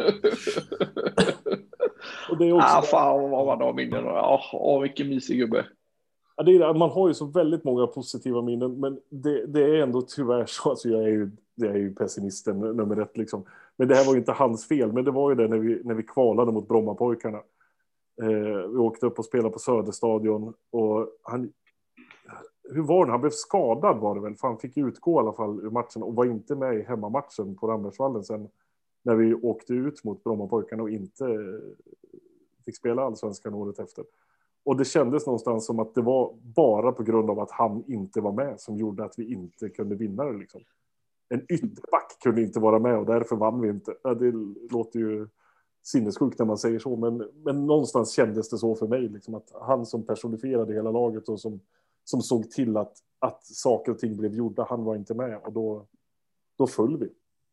Och det är också... fan vad man har minnen. Vilken mysig gubbe. Ja, man har ju så väldigt många positiva minnen, men det är ändå tyvärr så. Alltså jag är ju pessimisten nummer 1 liksom. Men det här var ju inte hans fel, men det var ju det när vi kvalade mot Brommapojkarna. Vi åkte upp och spelade på Söderstadion och hur var det? Han blev skadad var det väl, för han fick utgå i alla fall ur matchen och var inte med i hemmamatchen på Rambergsvallen sen när vi åkte ut mot Brommapojkarna och inte fick spela allsvenskan året efter. Och det kändes någonstans som att det var bara på grund av att han inte var med som gjorde att vi inte kunde vinna det liksom. En ytterback kunde inte vara med och därför vann vi inte. Det låter ju sinnessjukt när man säger så, men någonstans kändes det så för mig liksom, att han som personifierade hela laget och som såg till att saker och ting blev gjorda, han var inte med och då föll vi.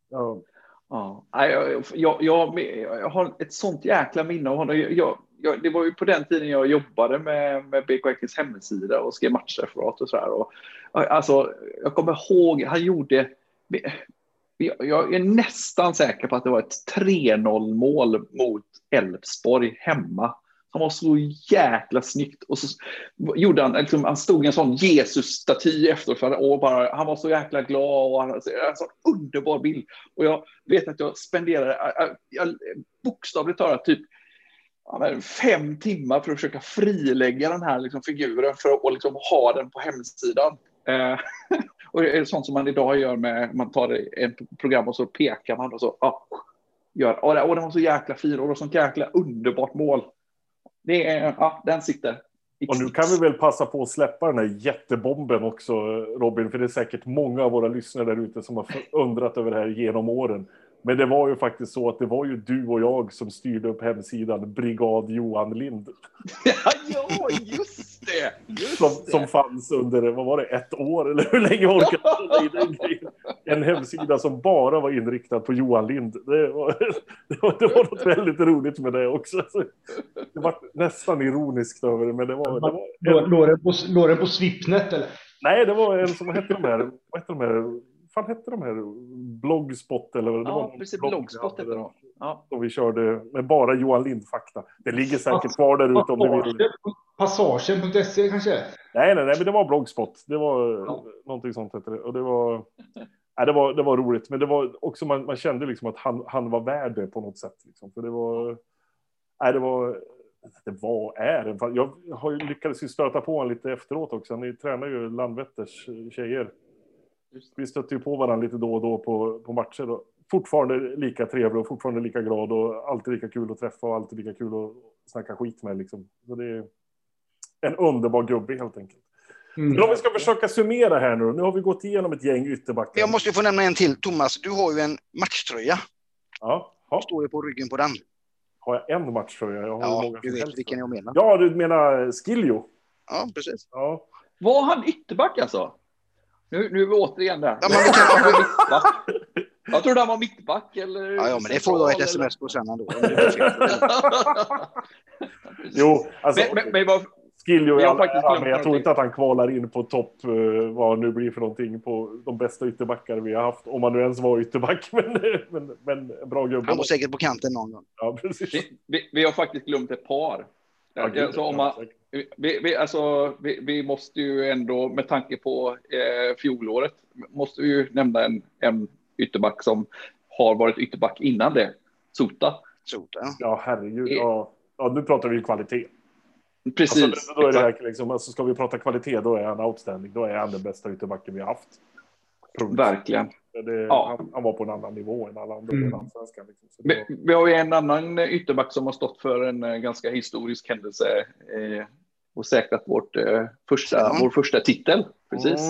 Jag har ett sånt jäkla minne av honom. Det var ju på den tiden jag jobbade med BK Häckens hemsida och skrev matchreferat och sådär. Alltså, jag kommer ihåg, han gjorde... Jag är nästan säker på att det var ett 3-0 mål mot Elfsborg hemma. Han var så jäkla snyggt. Och så gjorde han, liksom, han stod i en sån Jesus-staty efteråt. Han var så jäkla glad och han hade en sån underbar bild. Och jag vet att jag spenderade bokstavligt talat typ 5 timmar för att försöka frilägga den här liksom, figuren för att liksom, ha den på hemsidan. Och det är sånt som man idag gör med, man tar ett program och så pekar man och så gör. Och det var så jäkla fin och sånt jäkla underbart mål. Det är, den sitter. Och nu kan vi väl passa på att släppa den här jättebomben också, Robin, för det är säkert många av våra lyssnare där ute som har undrat över det här genom åren. Men det var ju faktiskt så att det var ju du och jag som styrde upp hemsidan Brigad Johan Lind. Ja, just det! Som fanns under, vad var det, 1 år? Eller hur länge orkade jag i den grejen? En hemsida som bara var inriktad på Johan Lind. Det var något väldigt roligt med det också. Det var nästan ironiskt över det, men det var låg den på Swipnet eller? Nej, det var en som hette de här fan hette de här Blogspot eller vad det var? Precis, Blogspot hette de. Ja. Och vi körde med bara Johan Lind-fakta. Det ligger säkert kvar där ute om du vill. Passagen.se kanske? Nej, men det var Blogspot. Det var någonting sånt hette det. Och det var roligt. Men det var också, man kände liksom att han var värd det på något sätt. Liksom. För jag har ju lyckats stöta på honom lite efteråt också. Ni tränar ju Landvetters tjejer. Vi stötte ju på varandra lite då och då på matcher. Och fortfarande lika trevlig och fortfarande lika glad och alltid lika kul att träffa och alltid lika kul att snacka skit med. Liksom. Så det är en underbar gubbe helt enkelt. Men om vi ska försöka summera här nu har vi gått igenom ett gäng ytterbackar. Jag måste ju få nämna en till. Thomas, du har ju en matchtröja. Ja. Står ju på ryggen på den. Har jag en matchtröja? Jag har många du vet vilken jag menar. Ja, du menar Skiljo. Ja, precis. Ja. Var han ytterback alltså? Nu är vi återigen där. Ja, men vi kan... Jag tror han var mittback eller... Ja, men det får jag ett sms på sen ändå. Jo, alltså... Men Skiljo, jag tror inte att han kvalar in på topp, vad nu blir för någonting, på de bästa ytterbackar vi har haft. Om man nu ens var ytterback, men bra gubbe. Han var säkert på kanten någon gång. Ja, precis. Vi har faktiskt glömt ett par. Vi måste ju ändå, med tanke på fjolåret, måste vi ju nämna en ytterback som har varit ytterback innan det. Sota. Ja, herregud. Ja, nu pratar vi ju kvalitet. Precis. Alltså, då är det här, liksom, alltså, ska vi prata kvalitet, då är han outstanding. Då är han den bästa ytterbacken vi har haft. Punkt. Verkligen. Han var på en annan nivå än alla andra i allsvenskan. Liksom. Vi har ju en annan ytterback som har stått för en ganska historisk händelse och säkrat vår första titel. Precis.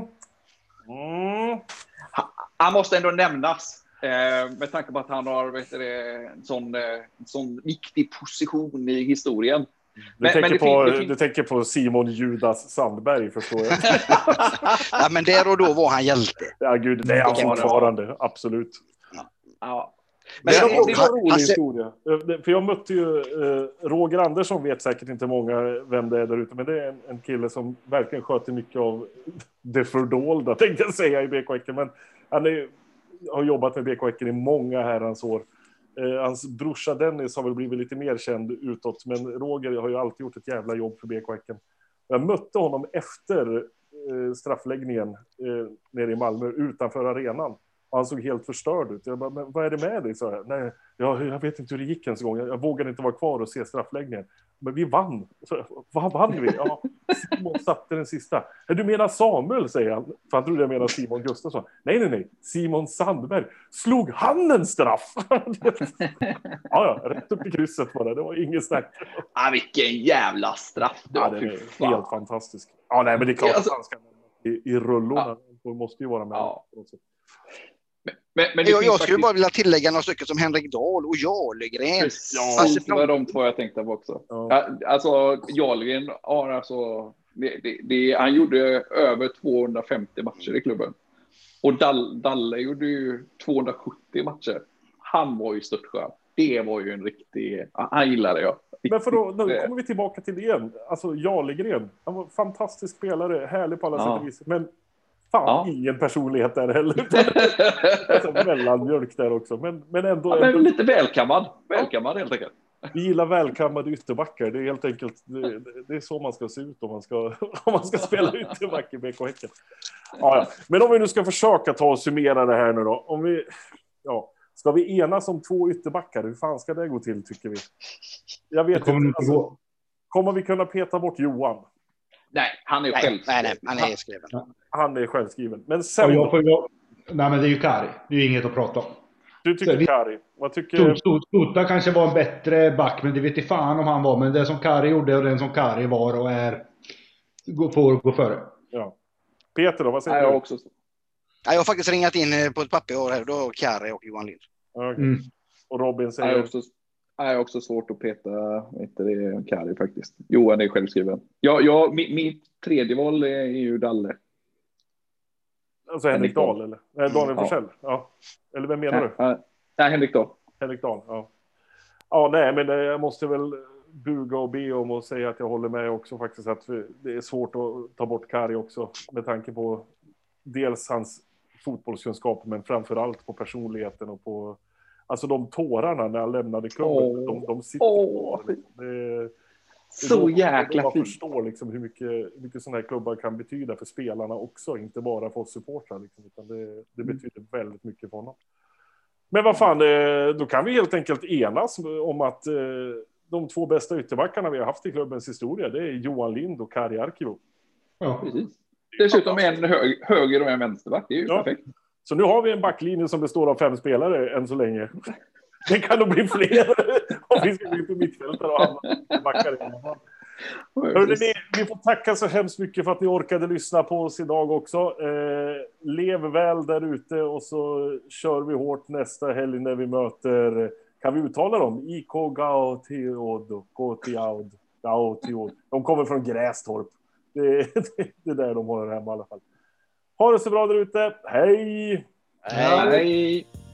Han måste ändå nämnas. Med tanke på att han har en sån viktig position i historien. Du tänker på Simon Judas Sandberg, förstår jag. Ja, men där och då var han hjälte. Ja, gud, det är han fortfarande. Absolut. Ja. Men det var en rolig alltså, historia. För jag mötte ju Roger Andersson, vet säkert inte många vem det är där ute, men det är en kille som verkligen sköter mycket av det fördolda, tänkte jag säga, i BK Häcken. Men han har jobbat med BK Häcken i många herrans år. Hans brorsa Dennis har väl blivit lite mer känd utåt, men Roger har ju alltid gjort ett jävla jobb för BK Häcken. Jag mötte honom efter straffläggningen nere i Malmö utanför arenan. Han såg helt förstörd ut. Jag bara, men vad är det med dig? Så här, nej, jag vet inte hur det gick ens en gång. Jag vågade inte vara kvar och se straffläggningen. Men vi vann. Så, vad vann vi? Ja, Simon satte den sista. Du menar Samuel, säger han. För han trodde jag menar Simon Gustafsson. Nej. Simon Sandberg. Slog han en straff? ja, rätt upp i krysset bara. Det var ingen snack. Ja, vilken jävla straff. Det är helt fantastisk. Ja, nej, men det är klart att han ska i rullorna. Ja. Måste ju vara med. Ja. Men jag skulle bara vilja tillägga några stycken som Henrik Dahl och Jarlegren. Precis, det var de två jag tänkte på också. Ja. Alltså, Jarlegren har han gjorde över 250 matcher i klubben. Och Dalle gjorde ju 270 matcher. Han var ju störtskön. Det var ju en riktig... Han gillade jag. Men för då kommer vi tillbaka till det igen. Alltså, Jarlegren. Han var en fantastisk spelare. Härlig på alla sätt och vis. Men ingen personlighet där heller. Alltså, mellanmjölk där också. Men ändå... men lite välkammad. Välkammad helt enkelt. Vi gillar välkammade ytterbackar. Det är helt enkelt... Det är så man ska se ut om man ska spela ytterback i BK Häcken. Ja. Men om vi nu ska försöka ta och summera det här nu då. Ska vi enas om 2 ytterbackar? Hur fan ska det gå till, tycker vi? Jag vet inte. Alltså, kommer vi kunna peta bort Johan? Nej, han är självskriven. Nej, han är skriven. Han är självskriven. Men sen... Nej, men det är ju Kari. Det är ju inget att prata om. Du tycker Kari? Vad tycker... Stota kanske var en bättre back, men det vet inte fan om han var. Men det som Kari gjorde och den som Kari var och är får gå före. Ja. Peter då, vad säger du? Jag har faktiskt ringat in på ett papper här. Då har Kari och Johan Lind. Okay. Och Robin säger... Jag är också svårt att peta, inte det Kari faktiskt. Johan är självskriven. Mitt tredje val är ju Dalle. Alltså Henrik Dahl eller? Daniel Forsell? Ja. Eller vem menar du? Nej, Henrik Dahl. Henrik Dahl, ja. Ja, nej, men jag måste väl buga och be om och säga att jag håller med också faktiskt. Att det är svårt att ta bort Kari också. Med tanke på dels hans fotbollskunskap, men framförallt på personligheten och på... Alltså de tårarna när han lämnade klubben, de sitter kvar. Så jäkla fint. Man förstår liksom hur mycket sådana här klubbar kan betyda för spelarna också. Inte bara för oss supportrar. Liksom, utan det betyder väldigt mycket för honom. Men vad fan, då kan vi helt enkelt enas om att de 2 bästa ytterbackarna vi har haft i klubbens historia, det är Johan Lind och Kari Arkivo. Ja, precis. Dessutom en höger och en vänsterback. Det är ju perfekt. Så nu har vi en backlinje som består av 5 spelare än så länge. Det kan nog bli fler om vi ska gå in på mittfältare och andra backar. Vi får tacka så hemskt mycket för att ni orkade lyssna på oss idag också. Lev väl där ute och så kör vi hårt nästa helg när vi möter, kan vi uttala dem? IK Gautiod. De kommer från Grästorp. Det är där de håller hemma i alla fall. Ha det så bra där ute. Hej! Hej!